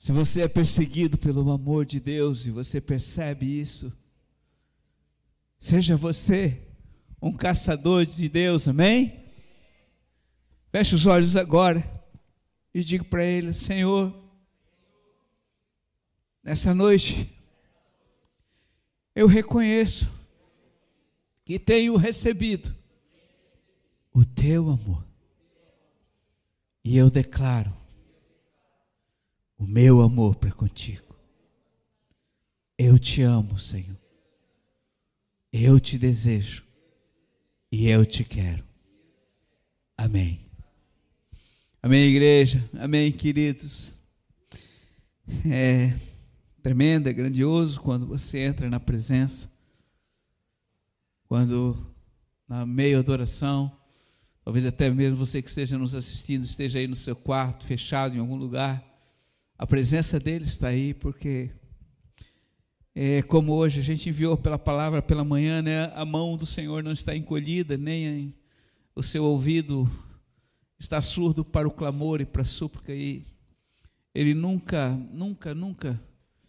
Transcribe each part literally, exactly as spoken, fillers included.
Se você é perseguido pelo amor de Deus e você percebe isso, seja você um caçador de Deus, amém? Feche os olhos agora e diga para Ele: Senhor, nessa noite, eu reconheço que tenho recebido o Teu amor, e eu declaro o meu amor para contigo. Eu te amo, Senhor. Eu te desejo e eu te quero. Amém. Amém, igreja. Amém, queridos. É tremendo, é grandioso quando você entra na presença, quando na meia adoração, talvez até mesmo você que esteja nos assistindo, esteja aí no seu quarto, fechado em algum lugar, a presença dele está aí, porque é, como hoje a gente enviou pela palavra pela manhã, né, a mão do Senhor não está encolhida, nem o seu ouvido está surdo para o clamor e para a súplica, e ele nunca, nunca, nunca,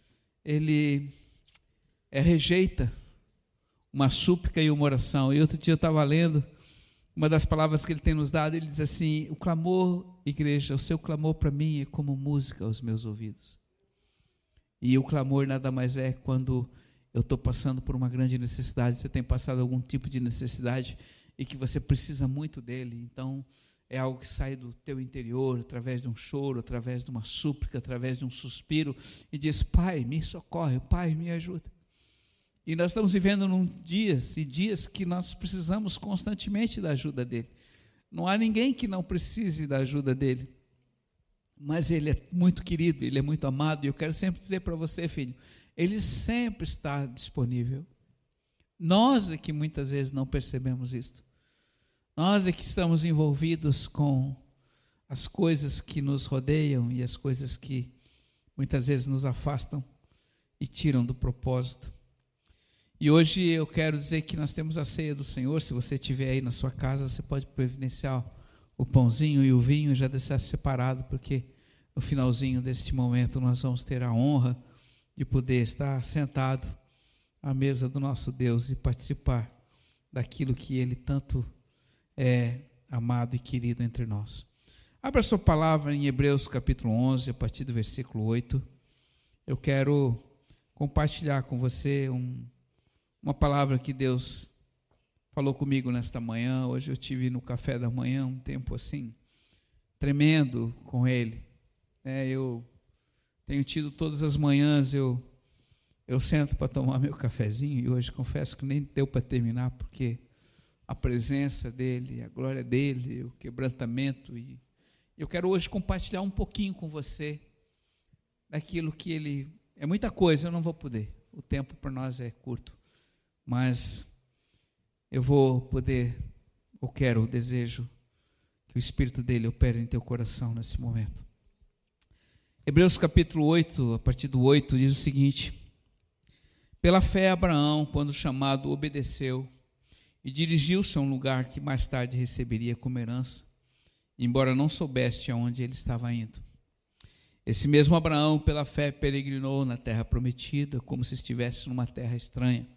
ele é, rejeita uma súplica e uma oração. E outro dia eu estava lendo uma das palavras que ele tem nos dado, ele diz assim: o clamor, igreja, o seu clamor para mim é como música aos meus ouvidos. E o clamor nada mais é quando eu estou passando por uma grande necessidade, você tem passado algum tipo de necessidade e que você precisa muito dele, então é algo que sai do teu interior, através de um choro, através de uma súplica, através de um suspiro, e diz: Pai, me socorre, Pai, me ajuda. E nós estamos vivendo num dias e dias que nós precisamos constantemente da ajuda dele. Não há ninguém que não precise da ajuda dele, mas ele é muito querido, ele é muito amado, e eu quero sempre dizer para você, filho, ele sempre está disponível. Nós é que muitas vezes não percebemos isto. Nós é que estamos envolvidos com as coisas que nos rodeiam e as coisas que muitas vezes nos afastam e tiram do propósito. E hoje eu quero dizer que nós temos a ceia do Senhor. Se você estiver aí na sua casa, você pode providenciar o pãozinho e o vinho e já deixar separado, porque no finalzinho deste momento nós vamos ter a honra de poder estar sentado à mesa do nosso Deus e participar daquilo que Ele tanto é amado e querido entre nós. Abra sua palavra em Hebreus capítulo onze, a partir do versículo oito. Eu quero compartilhar com você um Uma palavra que Deus falou comigo nesta manhã. Hoje eu tive no café da manhã um tempo assim, tremendo com Ele. É, eu tenho tido todas as manhãs, eu, eu sento para tomar meu cafezinho, e hoje confesso que nem deu para terminar, porque a presença dEle, a glória dEle, o quebrantamento. E eu quero hoje compartilhar um pouquinho com você daquilo que Ele... É muita coisa, eu não vou poder, o tempo para nós é curto. Mas eu vou poder, eu quero, eu desejo que o Espírito dele opere em teu coração nesse momento. Hebreus capítulo oito, a partir do oito, diz o seguinte: pela fé Abraão, quando chamado, obedeceu e dirigiu-se a um lugar que mais tarde receberia como herança, embora não soubesse aonde ele estava indo. Esse mesmo Abraão, pela fé, peregrinou na terra prometida, como se estivesse numa terra estranha,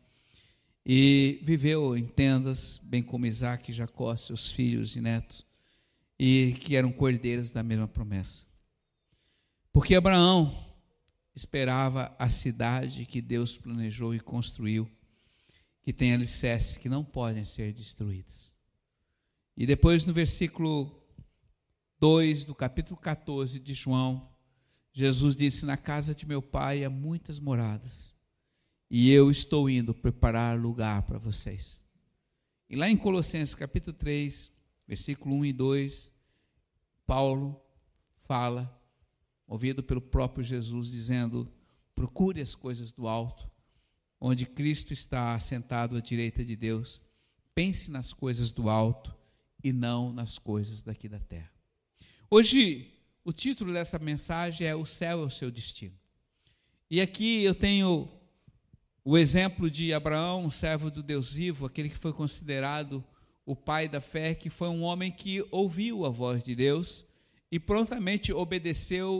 e viveu em tendas, bem como Isaque e Jacó, seus filhos e netos, e que eram cordeiros da mesma promessa. Porque Abraão esperava a cidade que Deus planejou e construiu, que tem alicerces que não podem ser destruídas. E depois, no versículo dois do capítulo catorze de João, Jesus disse: na casa de meu pai há muitas moradas, e eu estou indo preparar lugar para vocês. E lá em Colossenses capítulo três, versículo um e dois, Paulo fala, ouvido pelo próprio Jesus, dizendo: procure as coisas do alto, onde Cristo está assentado à direita de Deus. Pense nas coisas do alto e não nas coisas daqui da terra. Hoje, o título dessa mensagem é: o céu é o seu destino. E aqui eu tenho o exemplo de Abraão, um servo do Deus vivo, aquele que foi considerado o pai da fé, que foi um homem que ouviu a voz de Deus e prontamente obedeceu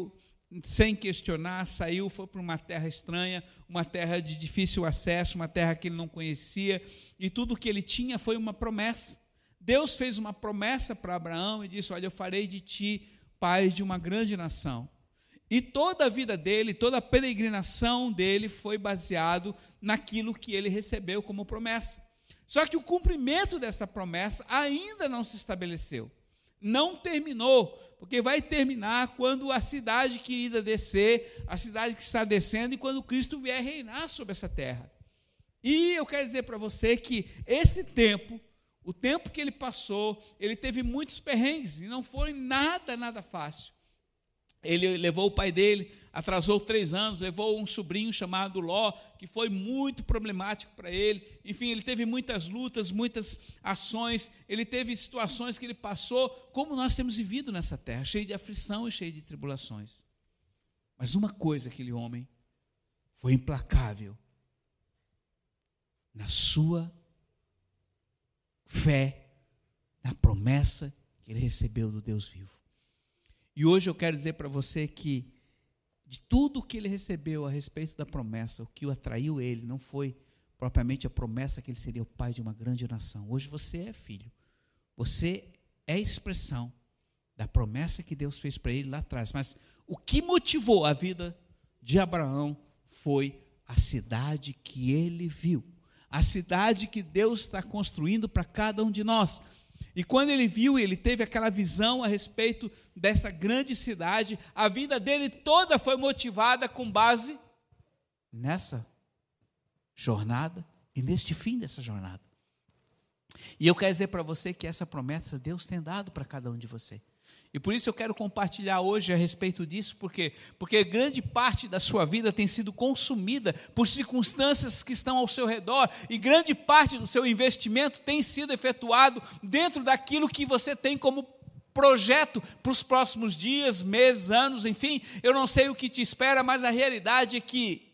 sem questionar, saiu, foi para uma terra estranha, uma terra de difícil acesso, uma terra que ele não conhecia, e tudo que ele tinha foi uma promessa. Deus fez uma promessa para Abraão e disse: olha, eu farei de ti pai de uma grande nação. E toda a vida dele, toda a peregrinação dele foi baseado naquilo que ele recebeu como promessa. Só que o cumprimento dessa promessa ainda não se estabeleceu, não terminou, porque vai terminar quando a cidade que irá descer, a cidade que está descendo, e quando Cristo vier reinar sobre essa terra. E eu quero dizer para você que esse tempo, o tempo que ele passou, ele teve muitos perrengues, e não foi nada, nada fácil. Ele levou o pai dele, atrasou três anos, levou um sobrinho chamado Ló, que foi muito problemático para ele. Enfim, ele teve muitas lutas, muitas ações, ele teve situações que ele passou, como nós temos vivido nessa terra, cheio de aflição e cheio de tribulações. Mas uma coisa, aquele homem foi implacável na sua fé, na promessa que ele recebeu do Deus vivo. E hoje eu quero dizer para você que, de tudo que ele recebeu a respeito da promessa, o que o atraiu ele não foi propriamente a promessa que ele seria o pai de uma grande nação. Hoje você é filho, você é expressão da promessa que Deus fez para ele lá atrás. Mas o que motivou a vida de Abraão foi a cidade que ele viu, a cidade que Deus está construindo para cada um de nós. E quando ele viu, ele teve aquela visão a respeito dessa grande cidade, a vida dele toda foi motivada com base nessa jornada e neste fim dessa jornada. E eu quero dizer para você que essa promessa Deus tem dado para cada um de você. E por isso eu quero compartilhar hoje a respeito disso, porque porque grande parte da sua vida tem sido consumida por circunstâncias que estão ao seu redor, e grande parte do seu investimento tem sido efetuado dentro daquilo que você tem como projeto para os próximos dias, meses, anos, enfim, eu não sei o que te espera, mas a realidade é que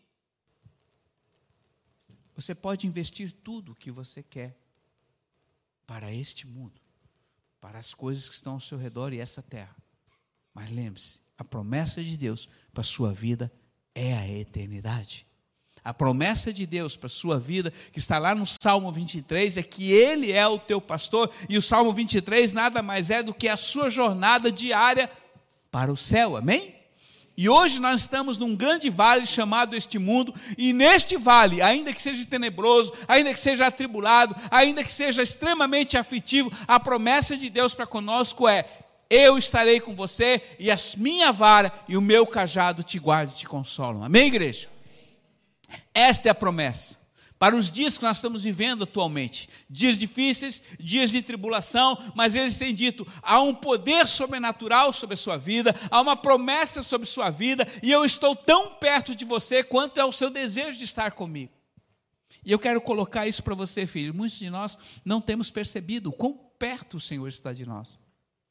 você pode investir tudo o que você quer para este mundo, para as coisas que estão ao seu redor e essa terra. Mas lembre-se, a promessa de Deus para a sua vida é a eternidade. A promessa de Deus para a sua vida, que está lá no Salmo vinte e três, é que Ele é o teu pastor, e o Salmo vinte e três nada mais é do que a sua jornada diária para o céu, amém? E hoje nós estamos num grande vale chamado este mundo, e neste vale, ainda que seja tenebroso, ainda que seja atribulado, ainda que seja extremamente aflitivo, a promessa de Deus para conosco é: eu estarei com você, e a minha vara e o meu cajado te guardam e te consolam. Amém, igreja? Esta é a promessa para os dias que nós estamos vivendo atualmente, dias difíceis, dias de tribulação, mas eles têm dito, há um poder sobrenatural sobre a sua vida, há uma promessa sobre a sua vida, e eu estou tão perto de você quanto é o seu desejo de estar comigo. E eu quero colocar isso para você, filho. Muitos de nós não temos percebido o quão perto o Senhor está de nós.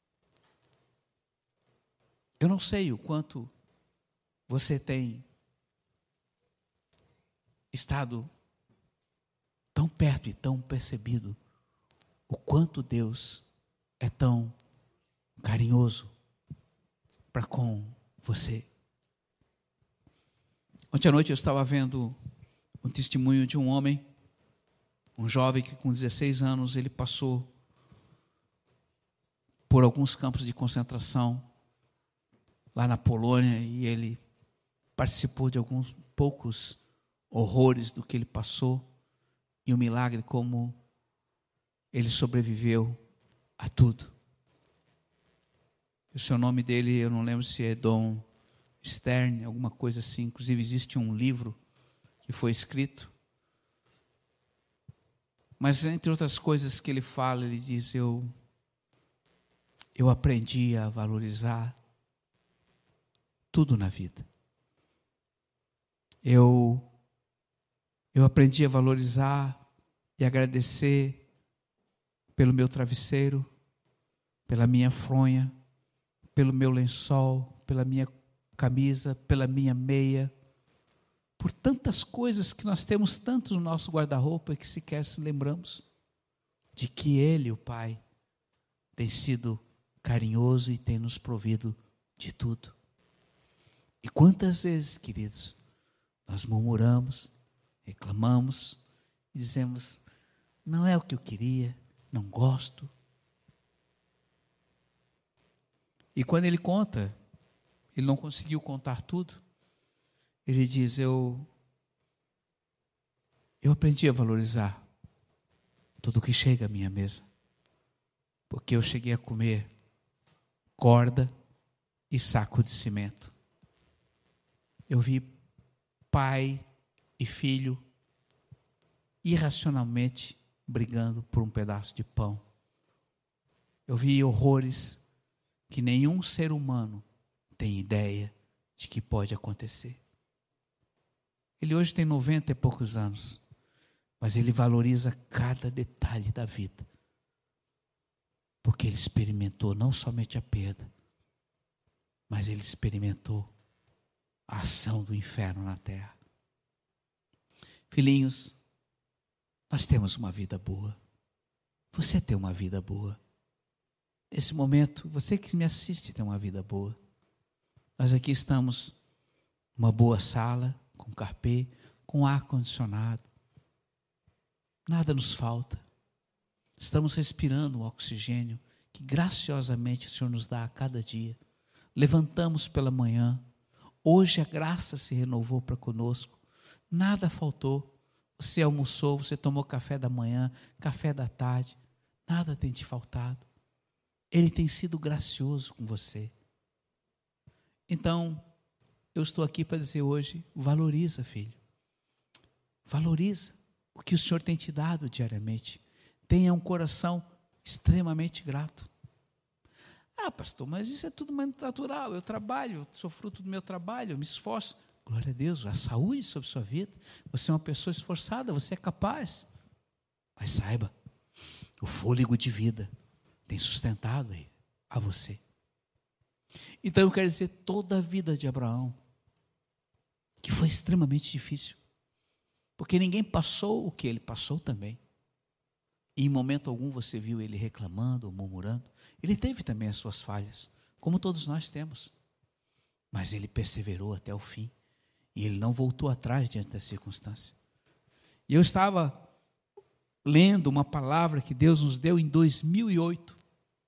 Eu não sei o quanto você tem estado tão perto e tão percebido o quanto Deus é tão carinhoso para com você. Ontem à noite eu estava vendo um testemunho de um homem, um jovem que com dezesseis anos ele passou por alguns campos de concentração lá na Polônia, e ele participou de alguns poucos horrores do que ele passou. E o milagre como ele sobreviveu a tudo. O seu nome dele, eu não lembro se é Dom Stern, alguma coisa assim. Inclusive existe um livro que foi escrito. Mas entre outras coisas que ele fala, ele diz, eu, eu aprendi a valorizar tudo na vida. Eu Eu aprendi a valorizar e agradecer pelo meu travesseiro, pela minha fronha, pelo meu lençol, pela minha camisa, pela minha meia, por tantas coisas que nós temos tanto no nosso guarda-roupa que sequer se lembramos de que Ele, o Pai, tem sido carinhoso e tem nos provido de tudo. E quantas vezes, queridos, nós murmuramos, reclamamos e dizemos: não é o que eu queria, não gosto. E quando ele conta, ele não conseguiu contar tudo, ele diz: eu, eu aprendi a valorizar tudo que chega à minha mesa, porque eu cheguei a comer corda e saco de cimento. Eu vi pai e filho irracionalmente brigando por um pedaço de pão. Eu vi horrores que nenhum ser humano tem ideia de que pode acontecer. Ele hoje tem noventa e poucos anos, mas ele valoriza cada detalhe da vida, porque ele experimentou não somente a perda, mas ele experimentou a ação do inferno na terra. Filhinhos, nós temos uma vida boa. Você tem uma vida boa. Nesse momento, você que me assiste tem uma vida boa. Nós aqui estamos numa boa sala, com carpê, com ar-condicionado. Nada nos falta. Estamos respirando o oxigênio que graciosamente o Senhor nos dá a cada dia. Levantamos pela manhã. Hoje a graça se renovou para conosco. Nada faltou. Você almoçou, você tomou café da manhã, café da tarde. Nada tem te faltado. Ele tem sido gracioso com você. Então, eu estou aqui para dizer hoje: valoriza, filho. Valoriza o que o Senhor tem te dado diariamente. Tenha um coração extremamente grato. Ah, pastor, mas isso é tudo muito natural. Eu trabalho, sou fruto do meu trabalho, eu me esforço. Glória a Deus, a saúde sobre sua vida. Você é uma pessoa esforçada, você é capaz. Mas saiba, o fôlego de vida tem sustentado ele, a você. Então eu quero dizer, toda a vida de Abraão, que foi extremamente difícil, porque ninguém passou o que ele passou também. E em momento algum você viu ele reclamando ou murmurando. Ele teve também as suas falhas, como todos nós temos. Mas ele perseverou até o fim. E ele não voltou atrás diante da circunstância. E eu estava lendo uma palavra que Deus nos deu em dois mil e oito.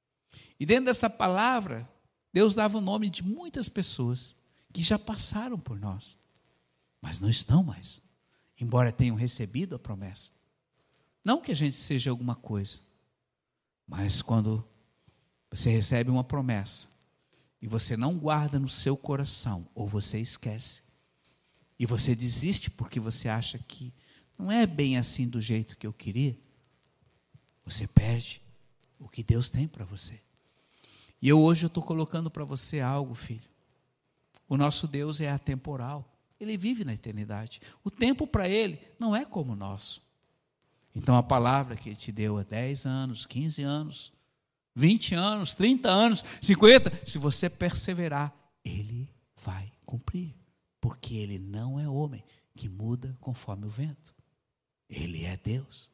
E dentro dessa palavra, Deus dava o nome de muitas pessoas que já passaram por nós, mas não estão mais, embora tenham recebido a promessa. Não que a gente seja alguma coisa, mas quando você recebe uma promessa e você não guarda no seu coração, ou você esquece, e você desiste porque você acha que não é bem assim do jeito que eu queria, você perde o que Deus tem para você. E eu hoje estou colocando para você algo, filho. O nosso Deus é atemporal, Ele vive na eternidade. O tempo para Ele não é como o nosso. Então a palavra que Ele te deu há dez anos, quinze anos, vinte anos, trinta anos, cinquenta, se você perseverar, Ele vai cumprir. Porque Ele não é homem que muda conforme o vento. Ele é Deus.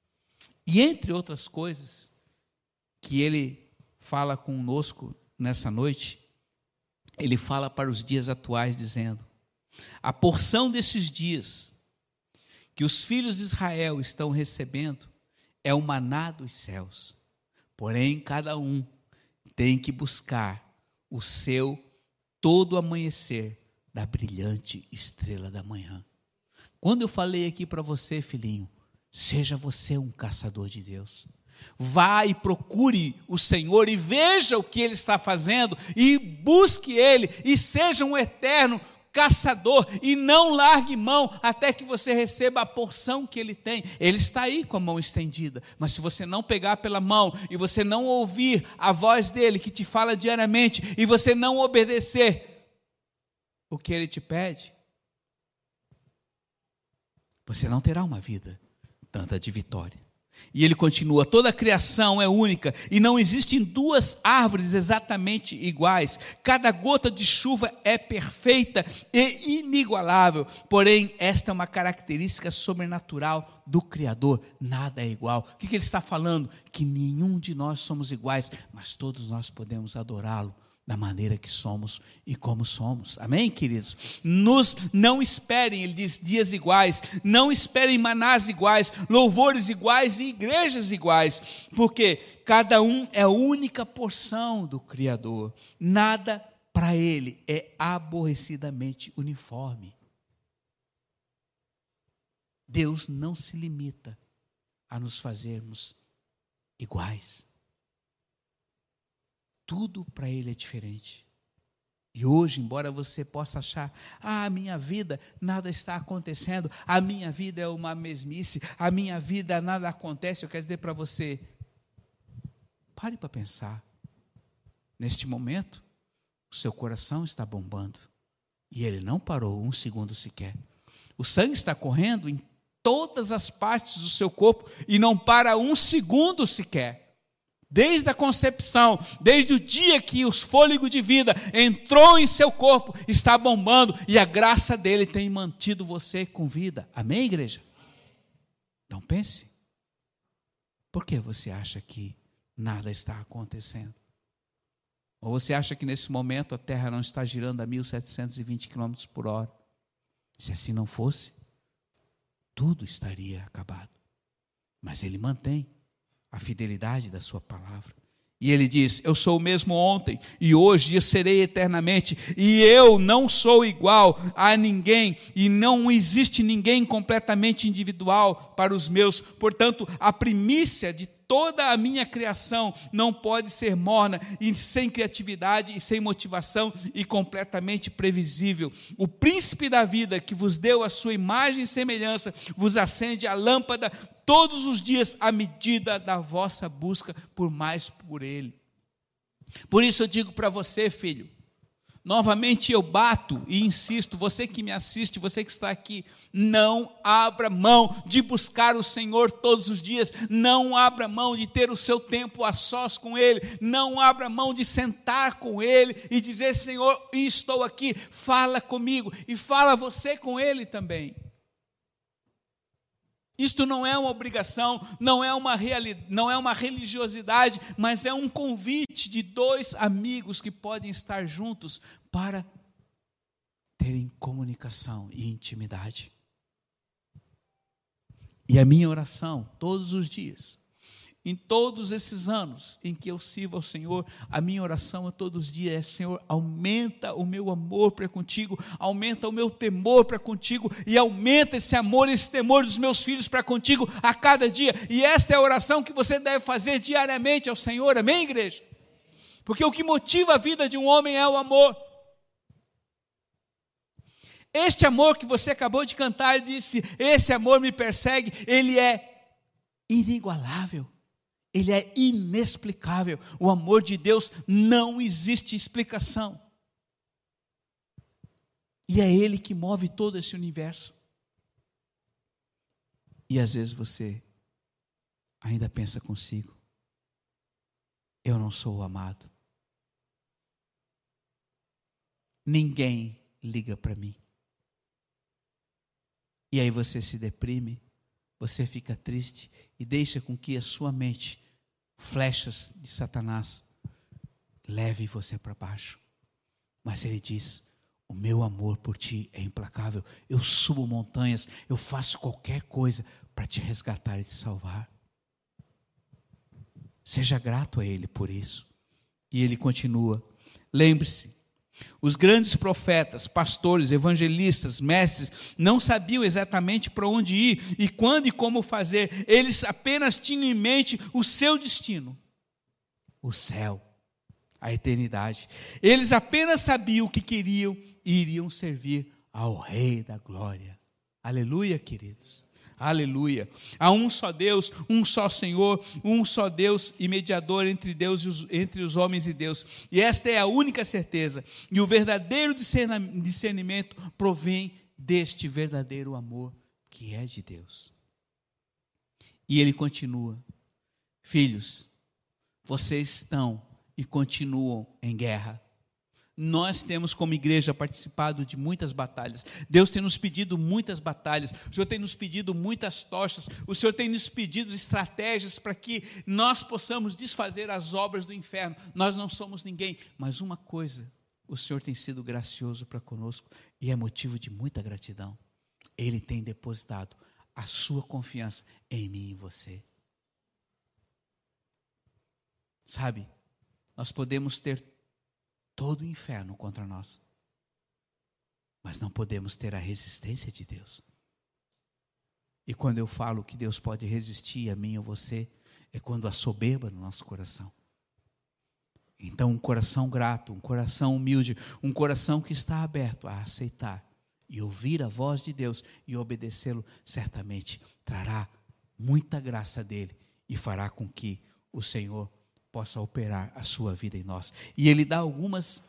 E entre outras coisas que Ele fala conosco nessa noite, Ele fala para os dias atuais dizendo: a porção desses dias que os filhos de Israel estão recebendo é o maná dos céus. Porém, cada um tem que buscar o seu todo amanhecer da brilhante estrela da manhã. Quando eu falei aqui para você, filhinho, seja você um caçador de Deus. Vá e procure o Senhor e veja o que Ele está fazendo e busque Ele e seja um eterno caçador e não largue mão até que você receba a porção que Ele tem. Ele está aí com a mão estendida, mas se você não pegar pela mão e você não ouvir a voz dEle que te fala diariamente e você não obedecer o que Ele te pede, você não terá uma vida tanta de vitória. E ele continua: toda a criação é única e não existem duas árvores exatamente iguais. Cada gota de chuva é perfeita e inigualável. Porém, esta é uma característica sobrenatural do Criador, nada é igual. O que, que ele está falando? Que nenhum de nós somos iguais, mas todos nós podemos adorá-lo da maneira que somos e como somos. Amém, queridos? Nos, não esperem, ele diz, dias iguais, não esperem manás iguais, louvores iguais e igrejas iguais, porque cada um é a única porção do Criador. Nada para ele é aborrecidamente uniforme. Deus não se limita a nos fazermos iguais. Tudo para ele é diferente. E hoje, embora você possa achar, ah, a minha vida, nada está acontecendo, a minha vida é uma mesmice, a minha vida nada acontece, eu quero dizer para você, pare para pensar. Neste momento, o seu coração está bombando, e ele não parou um segundo sequer. O sangue está correndo em todas as partes do seu corpo, e não para um segundo sequer. Desde a concepção, desde o dia que o fôlego de vida entrou em seu corpo, está bombando, e a graça dele tem mantido você com vida. Amém, igreja? Então pense, por que você acha que nada está acontecendo? Ou você acha que nesse momento a Terra não está girando a mil setecentos e vinte quilômetros por hora? Se assim não fosse, tudo estaria acabado. Mas ele mantém a fidelidade da sua palavra. E ele diz, eu sou o mesmo ontem, e hoje eu serei eternamente, e eu não sou igual a ninguém, e não existe ninguém completamente individual para os meus. Portanto, a primícia de toda a minha criação não pode ser morna, e sem criatividade, e sem motivação, e completamente previsível. O príncipe da vida, que vos deu a sua imagem e semelhança, vos acende a lâmpada todos os dias, à medida da vossa busca por mais por ele. Por isso eu digo para você, filho, novamente eu bato e insisto, você que me assiste, você que está aqui, não abra mão de buscar o Senhor todos os dias, não abra mão de ter o seu tempo a sós com Ele, não abra mão de sentar com Ele e dizer, Senhor, estou aqui, fala comigo, e fala você com Ele também. Isto não é uma obrigação, não é uma, reali- não é uma religiosidade, mas é um convite de dois amigos que podem estar juntos para terem comunicação e intimidade. E a minha oração, todos os dias, em todos esses anos em que eu sirvo ao Senhor, a minha oração todos os dias é, Senhor, aumenta o meu amor para contigo, aumenta o meu temor para contigo, e aumenta esse amor, esse temor dos meus filhos para contigo a cada dia. E esta é a oração que você deve fazer diariamente ao Senhor, amém, igreja? Porque o que motiva a vida de um homem é o amor. Este amor que você acabou de cantar, disse, esse amor me persegue, ele é inigualável. Ele é inexplicável. O amor de Deus não existe explicação. E é Ele que move todo esse universo. E às vezes você ainda pensa consigo, eu não sou o amado. Ninguém liga para mim. E aí você se deprime, você fica triste e deixa com que a sua mente, flechas de Satanás, leve você para baixo. Mas ele diz, o meu amor por ti é implacável, eu subo montanhas, eu faço qualquer coisa para te resgatar e te salvar. Seja grato a ele por isso. E ele continua, lembre-se, os grandes profetas, pastores, evangelistas, mestres, não sabiam exatamente para onde ir e quando e como fazer. Eles apenas tinham em mente o seu destino, o céu, a eternidade. Eles apenas sabiam o que queriam e iriam servir ao Rei da Glória. Aleluia, queridos. Aleluia. Há um só Deus, um só Senhor, um só Deus e mediador entre Deus e os, entre os homens e Deus. E esta é a única certeza. E o verdadeiro discernimento provém deste verdadeiro amor que é de Deus. E ele continua, filhos, vocês estão e continuam em guerra. nós temos como igreja participado de muitas batalhas. Deus tem nos pedido muitas batalhas, o Senhor tem nos pedido muitas tochas, o Senhor tem nos pedido estratégias para que nós possamos desfazer as obras do inferno. Nós não somos ninguém, mas uma coisa, o Senhor tem sido gracioso para conosco e é motivo de muita gratidão. Ele tem depositado a sua confiança em mim e em você. Sabe, nós podemos ter todo o inferno contra nós, mas não podemos ter a resistência de Deus. E quando eu falo que Deus pode resistir a mim ou você, é quando há soberba no nosso coração. Então um coração grato, um coração humilde, um coração que está aberto a aceitar e ouvir a voz de Deus e obedecê-lo, certamente trará muita graça dele e fará com que o Senhor possa operar a sua vida em nós. E ele dá algumas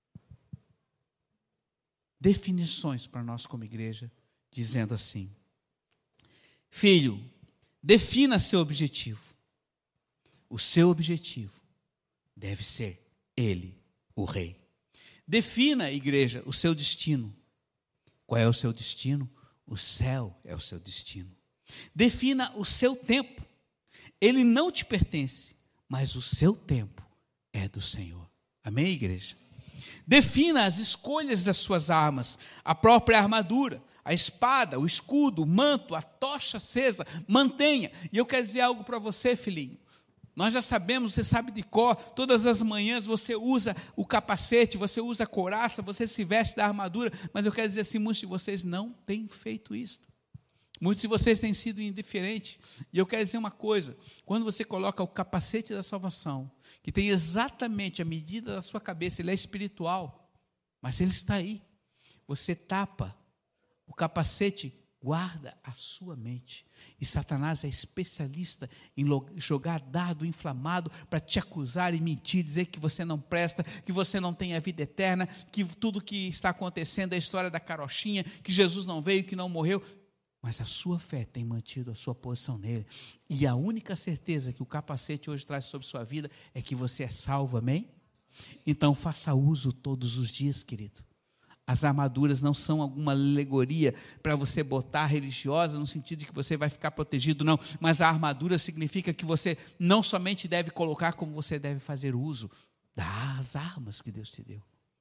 definições para nós como igreja, dizendo assim: filho, defina seu objetivo. O seu objetivo deve ser ele, o rei. Defina, igreja, o seu destino. Qual é o seu destino? O céu é o seu destino. Defina o seu tempo. Ele não te pertence, mas o seu tempo é do Senhor. Amém, igreja? Defina as escolhas das suas armas, a própria armadura, a espada, o escudo, o manto, a tocha acesa, mantenha. E eu quero dizer algo para você, filhinho. Nós já sabemos, você sabe de cor, todas as manhãs você usa o capacete, você usa a couraça, você se veste da armadura, mas eu quero dizer assim, muitos de vocês não têm feito isso. Muitos de vocês têm sido indiferentes. E eu quero dizer uma coisa, quando você coloca o capacete da salvação, que tem exatamente a medida da sua cabeça, ele é espiritual, mas ele está aí. Você tapa o capacete, guarda a sua mente. E Satanás é especialista em jogar dardo inflamado para te acusar e mentir, dizer que você não presta, que você não tem a vida eterna, que tudo que está acontecendo é a história da carochinha, que Jesus não veio, que não morreu. Mas a sua fé tem mantido a sua posição nele. E a única certeza que o capacete hoje traz sobre sua vida é que você é salvo, amém? Então faça uso todos os dias, querido. As armaduras não são alguma alegoria para você botar religiosa, no sentido de que você vai ficar protegido, não. Mas a armadura significa que você não somente deve colocar, como você deve fazer uso das armas que Deus te deu.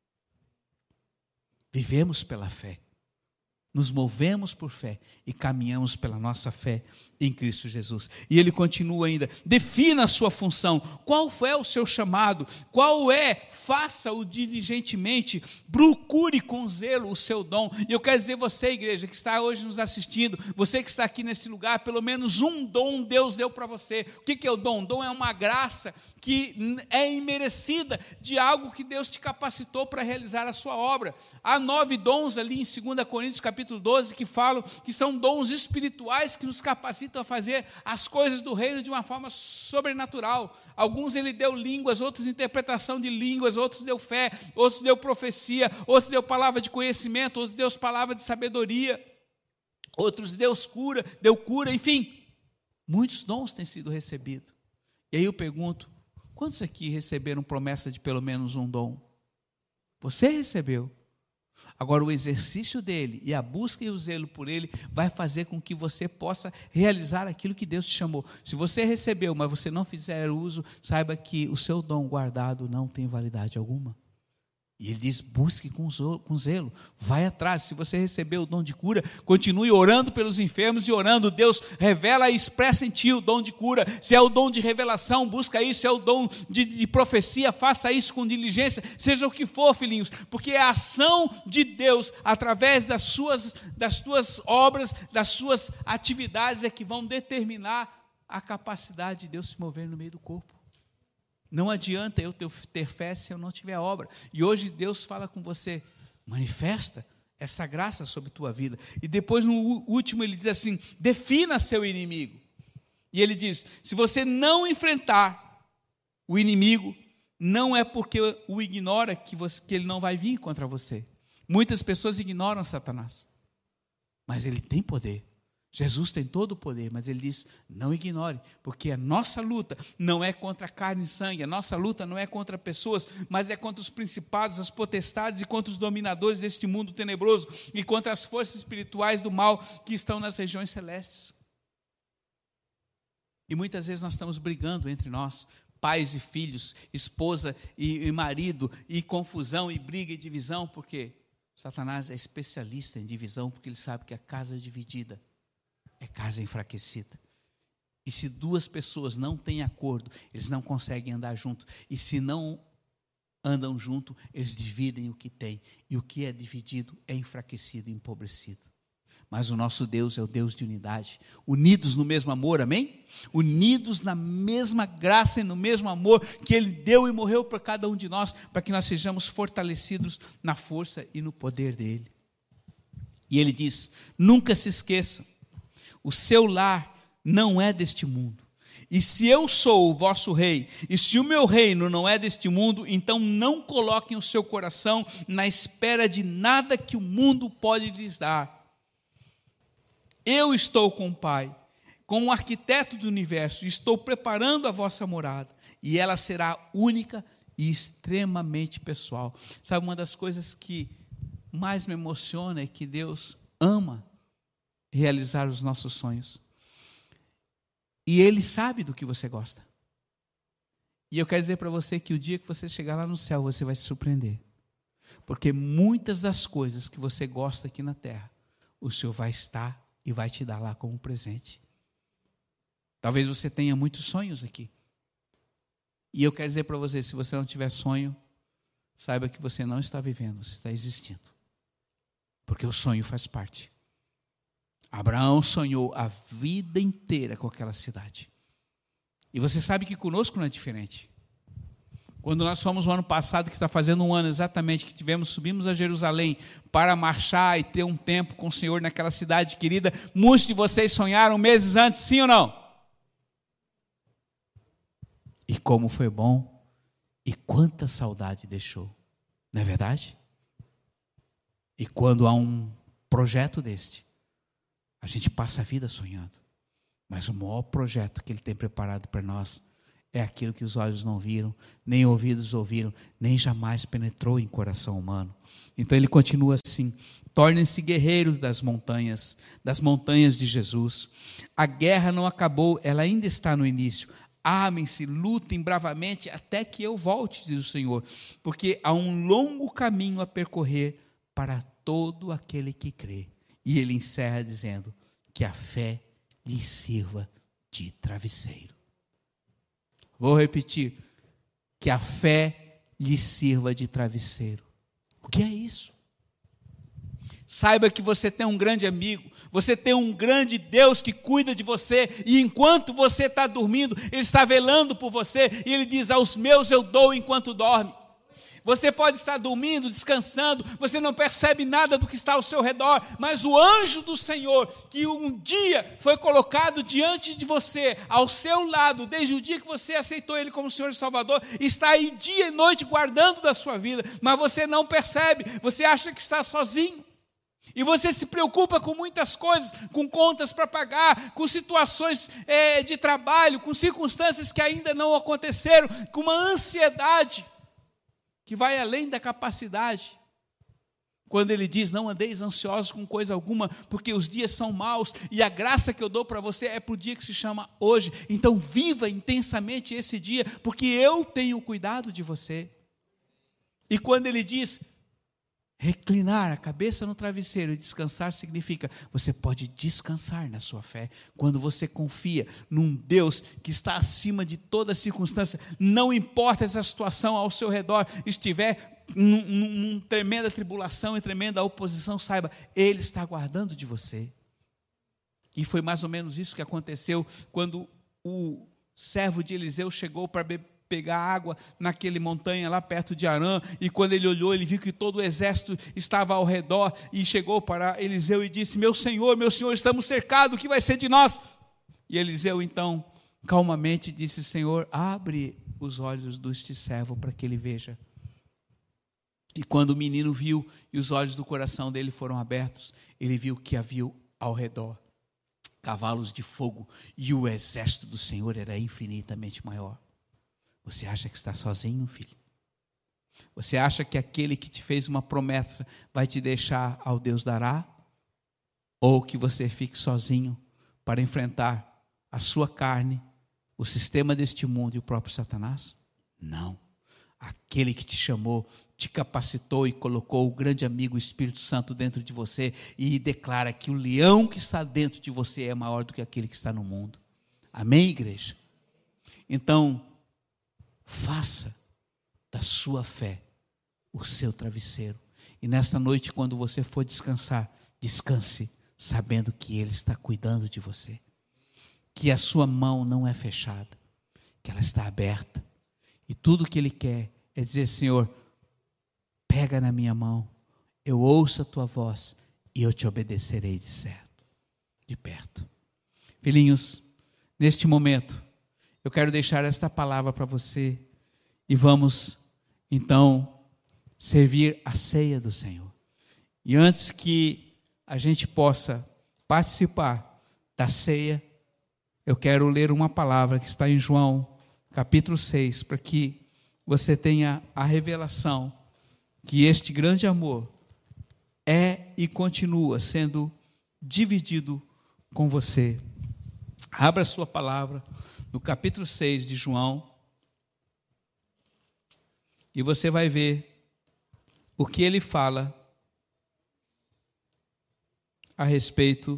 Vivemos pela fé. Nos movemos por fé e caminhamos pela nossa fé em Cristo Jesus. E ele continua ainda, defina a sua função, qual é o seu chamado, qual é, faça-o diligentemente, procure com zelo o seu dom. E eu quero dizer você, igreja, que está hoje nos assistindo, você que está aqui nesse lugar, pelo menos um dom Deus deu para você. O que é o dom? Dom é uma graça que é imerecida de algo que Deus te capacitou para realizar a sua obra. Há nove dons ali em segunda Coríntios capítulo doze, que falam que são dons espirituais que nos capacitam a fazer as coisas do reino de uma forma sobrenatural. Alguns ele deu línguas, outros interpretação de línguas, outros deu fé, outros deu profecia, outros deu palavra de conhecimento, outros deu palavra de sabedoria, outros Deus cura, deu cura, enfim, muitos dons têm sido recebidos. E aí eu pergunto, quantos aqui receberam promessa de pelo menos um dom? Você recebeu. Agora o exercício dele e a busca e o zelo por ele vai fazer com que você possa realizar aquilo que Deus te chamou. Se você recebeu, mas você não fizer uso, saiba que o seu dom guardado não tem validade alguma. E ele diz, busque com zelo, vai atrás. Se você recebeu o dom de cura, continue orando pelos enfermos e orando. Deus revela e expressa em ti o dom de cura. Se é o dom de revelação, busca isso. Se é o dom de, de profecia, faça isso com diligência. Seja o que for, filhinhos, porque é a ação de Deus, através das suas, das suas obras, das suas atividades, é que vão determinar a capacidade de Deus se mover no meio do corpo. Não adianta eu ter fé se eu não tiver obra. E hoje Deus fala com você, manifesta essa graça sobre tua vida. E depois no último ele diz assim, defina seu inimigo. E ele diz, se você não enfrentar o inimigo, não é porque o ignora que, você, que ele não vai vir contra você. Muitas pessoas ignoram Satanás, mas ele tem poder. Jesus tem todo o poder, mas ele diz, não ignore, porque a nossa luta não é contra carne e sangue, a nossa luta não é contra pessoas, mas é contra os principados, as potestades e contra os dominadores deste mundo tenebroso e contra as forças espirituais do mal que estão nas regiões celestes. E muitas vezes nós estamos brigando entre nós, pais e filhos, esposa e, e marido, e confusão, e briga e divisão, porque Satanás é especialista em divisão, porque ele sabe que a casa dividida é casa enfraquecida. E se duas pessoas não têm acordo, eles não conseguem andar junto. E se não andam junto, eles dividem o que têm. E o que é dividido é enfraquecido e empobrecido. Mas o nosso Deus é o Deus de unidade. Unidos no mesmo amor, amém? Unidos na mesma graça e no mesmo amor que Ele deu e morreu por cada um de nós, para que nós sejamos fortalecidos na força e no poder dEle. E Ele diz, nunca se esqueçam, o seu lar não é deste mundo. E se eu sou o vosso rei, e se o meu reino não é deste mundo, então não coloquem o seu coração na espera de nada que o mundo pode lhes dar. Eu estou com o Pai, com o arquiteto do universo, e estou preparando a vossa morada, e ela será única e extremamente pessoal. Sabe, uma das coisas que mais me emociona é que Deus ama realizar os nossos sonhos. E Ele sabe do que você gosta. E eu quero dizer para você que o dia que você chegar lá no céu, você vai se surpreender. Porque muitas das coisas que você gosta aqui na terra, o Senhor vai estar e vai te dar lá como presente. Talvez você tenha muitos sonhos aqui. E eu quero dizer para você, se você não tiver sonho, saiba que você não está vivendo, você está existindo. Porque o sonho faz parte. Abraão sonhou a vida inteira com aquela cidade. E você sabe que conosco não é diferente. Quando nós fomos no ano passado, que está fazendo um ano exatamente, que tivemos, subimos a Jerusalém para marchar e ter um tempo com o Senhor naquela cidade querida, muitos de vocês sonharam meses antes, sim ou não? E como foi bom, e quanta saudade deixou, não é verdade? E quando há um projeto deste, a gente passa a vida sonhando, mas o maior projeto que Ele tem preparado para nós é aquilo que os olhos não viram, nem ouvidos ouviram, nem jamais penetrou em coração humano. Então Ele continua assim, tornem-se guerreiros das montanhas, das montanhas de Jesus. A guerra não acabou, ela ainda está no início. Armem-se, lutem bravamente até que eu volte, diz o Senhor, porque há um longo caminho a percorrer para todo aquele que crê. E ele encerra dizendo que a fé lhe sirva de travesseiro. Vou repetir, que a fé lhe sirva de travesseiro. O que é isso? Saiba que você tem um grande amigo, você tem um grande Deus que cuida de você, e enquanto você está dormindo, Ele está velando por você, e Ele diz, aos meus eu dou enquanto dorme. Você pode estar dormindo, descansando, você não percebe nada do que está ao seu redor, mas o anjo do Senhor, que um dia foi colocado diante de você, ao seu lado, desde o dia que você aceitou Ele como Senhor e Salvador, está aí dia e noite guardando da sua vida, mas você não percebe, você acha que está sozinho. E você se preocupa com muitas coisas, com contas para pagar, com situações é, de trabalho, com circunstâncias que ainda não aconteceram, com uma ansiedade que vai além da capacidade. Quando Ele diz, não andeis ansiosos com coisa alguma, porque os dias são maus, e a graça que eu dou para você é para o dia que se chama hoje. Então viva intensamente esse dia, porque eu tenho cuidado de você. E quando Ele diz, reclinar a cabeça no travesseiro e descansar significa, você pode descansar na sua fé, quando você confia num Deus que está acima de toda circunstância, não importa essa situação ao seu redor estiver num, num, num tremenda tribulação e tremenda oposição, saiba, Ele está guardando de você. E foi mais ou menos isso que aconteceu quando o servo de Eliseu chegou para beber, pegar água naquele montanha lá perto de Arã, e quando ele olhou, ele viu que todo o exército estava ao redor, e chegou para Eliseu e disse, meu senhor, meu senhor, estamos cercados, o que vai ser de nós? E Eliseu então, calmamente disse, Senhor, abre os olhos deste servo para que ele veja. E quando o menino viu, e os olhos do coração dele foram abertos, ele viu que havia ao redor cavalos de fogo, e o exército do Senhor era infinitamente maior. Você acha que está sozinho, filho? Você acha que aquele que te fez uma promessa vai te deixar ao Deus dará? Ou que você fique sozinho para enfrentar a sua carne, o sistema deste mundo e o próprio Satanás? Não. Aquele que te chamou, te capacitou e colocou o grande amigo, o Espírito Santo, dentro de você e declara que o leão que está dentro de você é maior do que aquele que está no mundo. Amém, igreja? Então, faça da sua fé o seu travesseiro. E nesta noite, quando você for descansar, descanse sabendo que Ele está cuidando de você. Que a sua mão não é fechada, que ela está aberta. E tudo que Ele quer é dizer: Senhor, pega na minha mão, eu ouço a tua voz e eu te obedecerei de certo, de perto. Filhinhos, neste momento, eu quero deixar esta palavra para você e vamos, então, servir a ceia do Senhor. E antes que a gente possa participar da ceia, eu quero ler uma palavra que está em João, capítulo seis, para que você tenha a revelação que este grande amor é e continua sendo dividido com você. Abra sua palavra no capítulo seis de João e você vai ver o que ele fala a respeito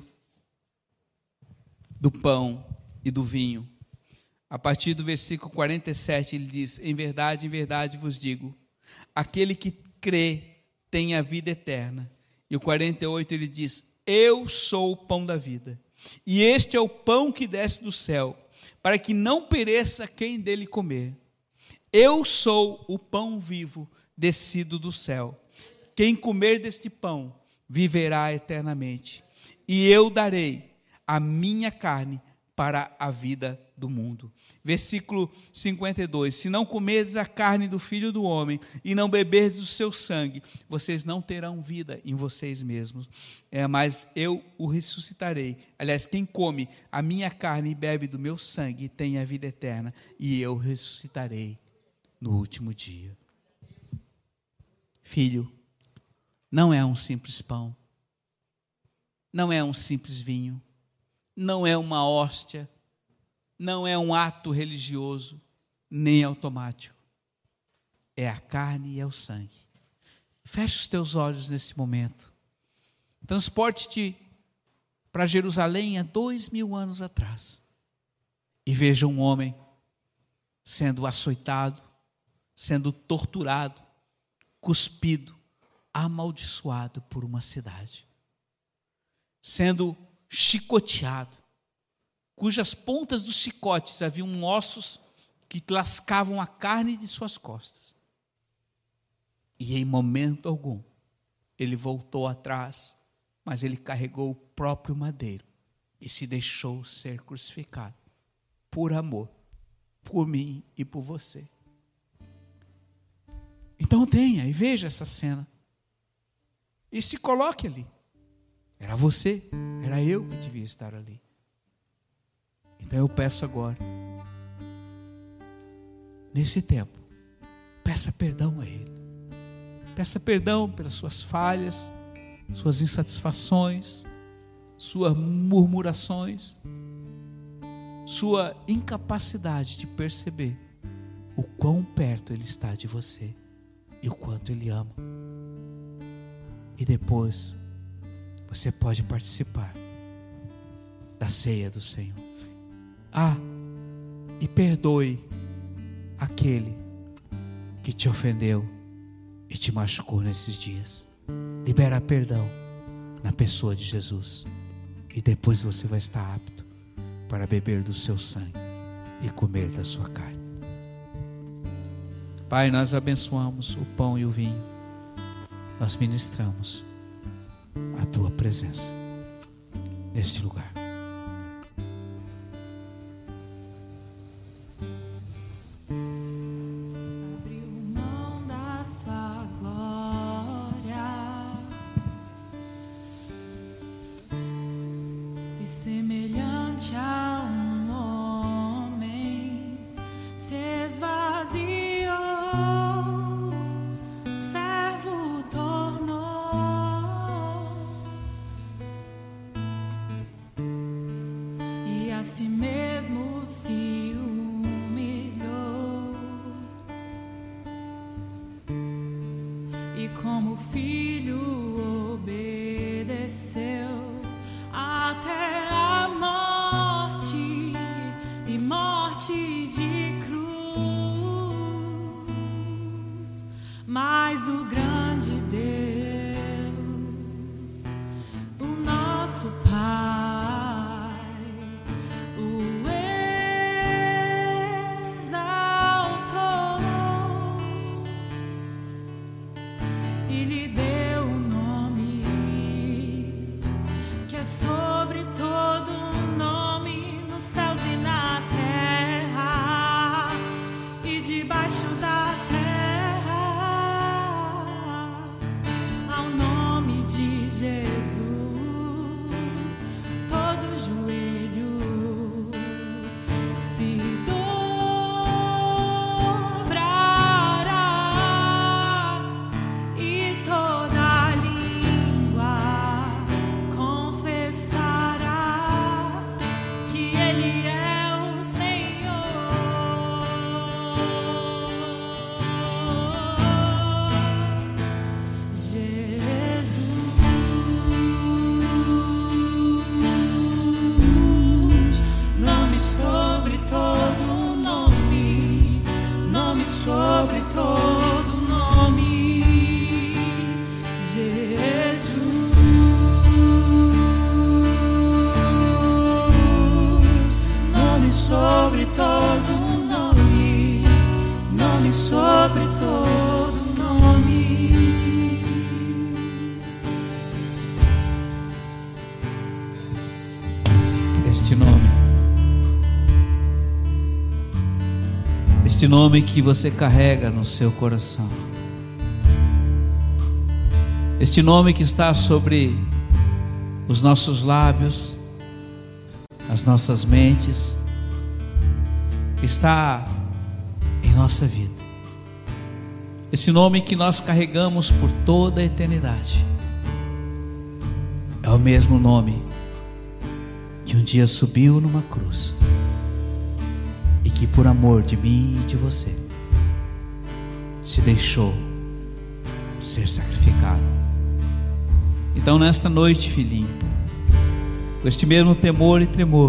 do pão e do vinho. A partir do versículo quarenta e sete, ele diz: em verdade, em verdade vos digo, aquele que crê tem a vida eterna. E o quarenta e oito ele diz: eu sou o pão da vida, e este é o pão que desce do céu, para que não pereça quem dele comer. Eu sou o pão vivo descido do céu. Quem comer deste pão viverá eternamente, e eu darei a minha carne para a vida do mundo. Versículo cinquenta e dois: se não comerdes a carne do Filho do Homem e não beberdes o seu sangue, vocês não terão vida em vocês mesmos. É, mas eu o ressuscitarei. Aliás, quem come a minha carne e bebe do meu sangue tem a vida eterna, e eu ressuscitarei no último dia. Filho, não é um simples pão, não é um simples vinho, não é uma hóstia, não é um ato religioso, nem automático. É a carne e é o sangue. Feche os teus olhos neste momento. Transporte-te para Jerusalém há dois mil anos atrás e veja um homem sendo açoitado, sendo torturado, cuspido, amaldiçoado por uma cidade, sendo chicoteado, cujas pontas dos chicotes haviam ossos que lascavam a carne de suas costas. E em momento algum, ele voltou atrás, mas ele carregou o próprio madeiro e se deixou ser crucificado, por amor, por mim e por você. Então tenha e veja essa cena, e se coloque ali. Era você, era eu que devia estar ali. Então eu peço agora, nesse tempo, peça perdão a Ele. Peça perdão pelas suas falhas, suas insatisfações, suas murmurações, sua incapacidade de perceber o quão perto Ele está de você e o quanto Ele ama. E depois você pode participar da ceia do Senhor. Ah, e perdoe aquele que te ofendeu e te machucou nesses dias. Libera perdão na pessoa de Jesus. E depois você vai estar apto para beber do seu sangue e comer da sua carne. Pai, nós abençoamos o pão e o vinho. Nós ministramos a tua presença neste lugar. Semelhante e como filho obedeceu até a morte e morte de cruz. Mas o grande Deus, o nosso Pai, o exaltou e lhe deu um nome que é sobre todo nome, nos céus e na terra e debaixo da terra, ao nome de Jesus todo joelho se dobrará e toda língua confessará que Ele é o Senhor. Jesus, nome sobre todo nome, nome sobre todo nome. Jesus, nome sobre todo nome, nome sobre todo nome. Este nome, este nome que você carrega no seu coração, este nome que está sobre os nossos lábios, as nossas mentes, está em nossa vida. Esse nome que nós carregamos por toda a eternidade é o mesmo nome que um dia subiu numa cruz e que por amor de mim e de você se deixou ser sacrificado. Então nesta noite, filhinho, com este mesmo temor e tremor,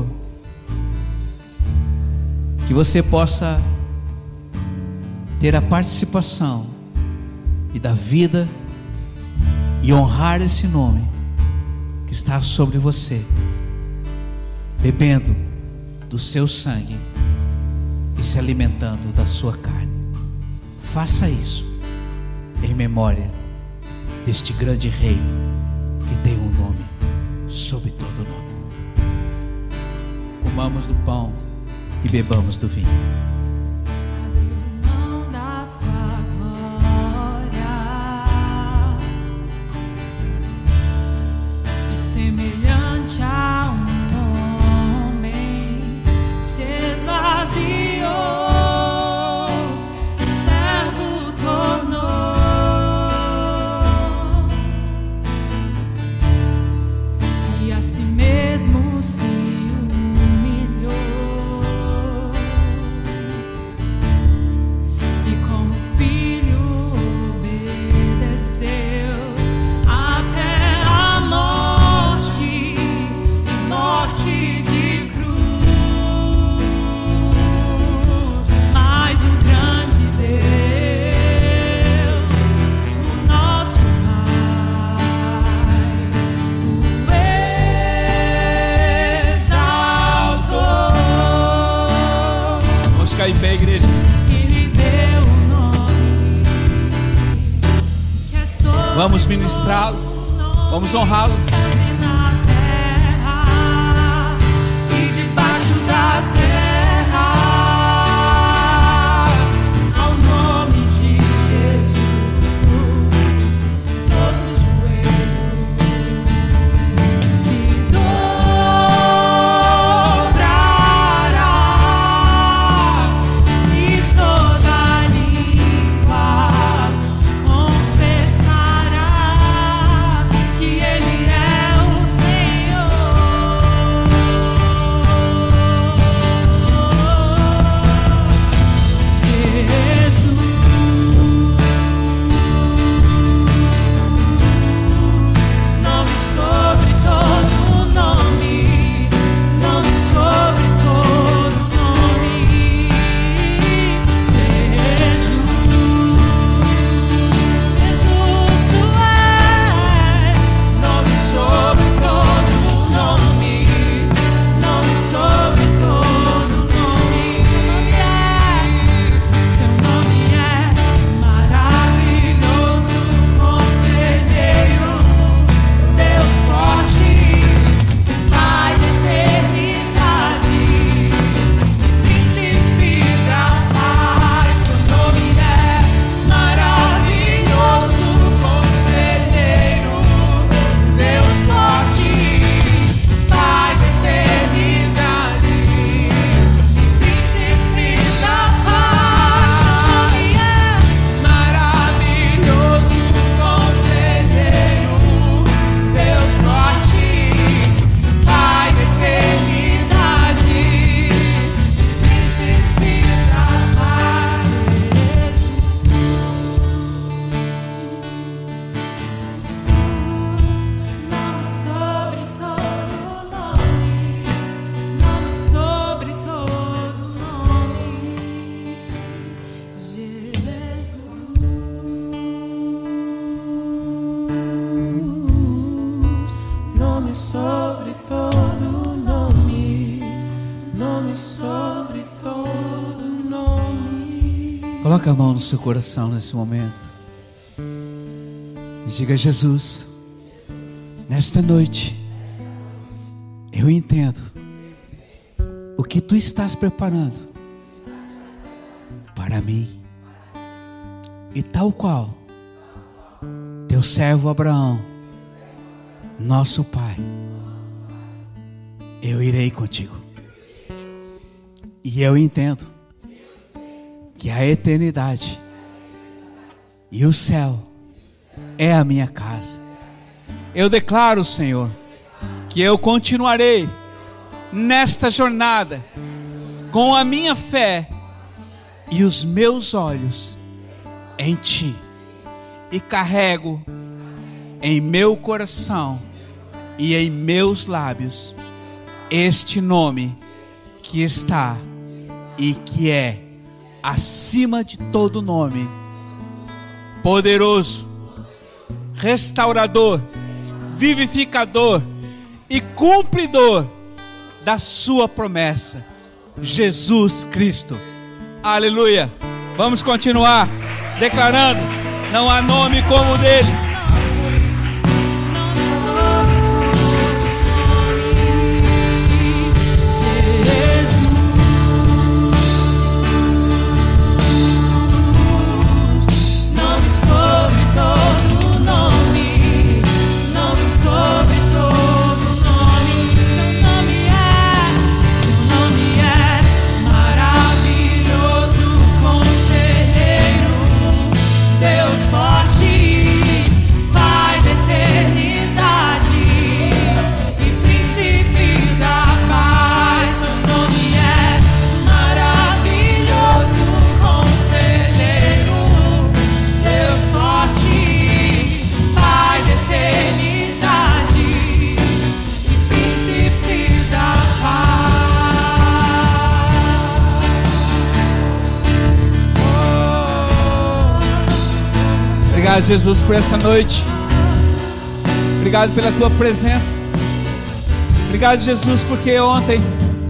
que você possa ter a participação e dar vida e honrar esse nome que está sobre você, bebendo do seu sangue e se alimentando da sua carne. Faça isso em memória deste grande rei que tem um nome sobre todo nome. Comamos do pão e bebamos do vinho. Abriu mão da sua glória e semelhante a um homem se esvaziou, o servo tornou e a si mesmo se humilhou e como filho obedeceu até a morte e morte de cruz. Mas o grande Deus, o nosso Pai, o exaltou Vamos ficar em pé, igreja. e lhe deu um nome que é sobre Vamos ministrá-lo, todo nome, vamos honrá-lo. nos céus e na terra e debaixo da terra, ao nome de Jesus todo joelho se dobrará e toda língua confessará que Ele é o Senhor. Coloque a mão no seu coração nesse momento e diga: Jesus, nesta noite eu entendo o que tu estás preparando para mim, e tal qual teu servo Abraão, nosso pai, eu irei contigo. E eu entendo que a eternidade e o céu é a minha casa. Eu declaro, Senhor, que eu continuarei nesta jornada com a minha fé e os meus olhos em Ti, e carrego em meu coração e em meus lábios este nome que está e que é acima de todo nome: poderoso, restaurador, vivificador e cumpridor da sua promessa, Jesus Cristo. Aleluia. Vamos continuar declarando: não há nome como o dele. Obrigado, Jesus, por essa noite. Obrigado pela tua presença. Obrigado, Jesus, porque ontem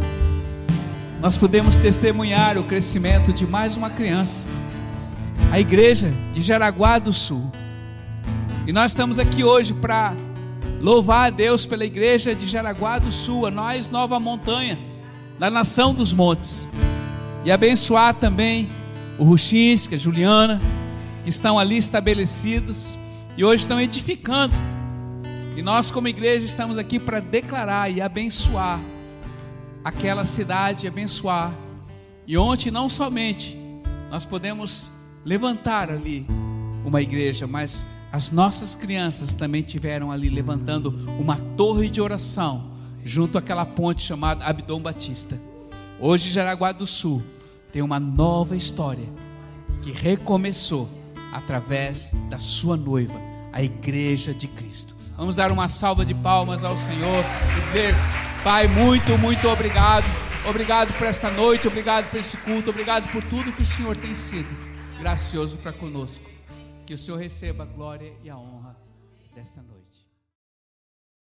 nós pudemos testemunhar o crescimento de mais uma criança, a igreja de Jaraguá do Sul. E nós estamos aqui hoje para louvar a Deus pela igreja de Jaraguá do Sul, a nós, Nova Montanha, da Nação dos Montes, e abençoar também o Ruxins, a Juliana, que estão ali estabelecidos e hoje estão edificando. E nós, como igreja, estamos aqui para declarar e abençoar aquela cidade, abençoar. E ontem não somente nós podemos levantar ali uma igreja, mas as nossas crianças também tiveram ali levantando uma torre de oração junto àquela ponte chamada Abdom Batista. Hoje Jaraguá do Sul tem uma nova história que recomeçou através da sua noiva, a igreja de Cristo. Vamos dar uma salva de palmas ao Senhor e dizer: Pai, muito, muito obrigado. Obrigado por esta noite, obrigado por esse culto, obrigado por tudo que o Senhor tem sido gracioso para conosco. Que o Senhor receba a glória e a honra desta noite.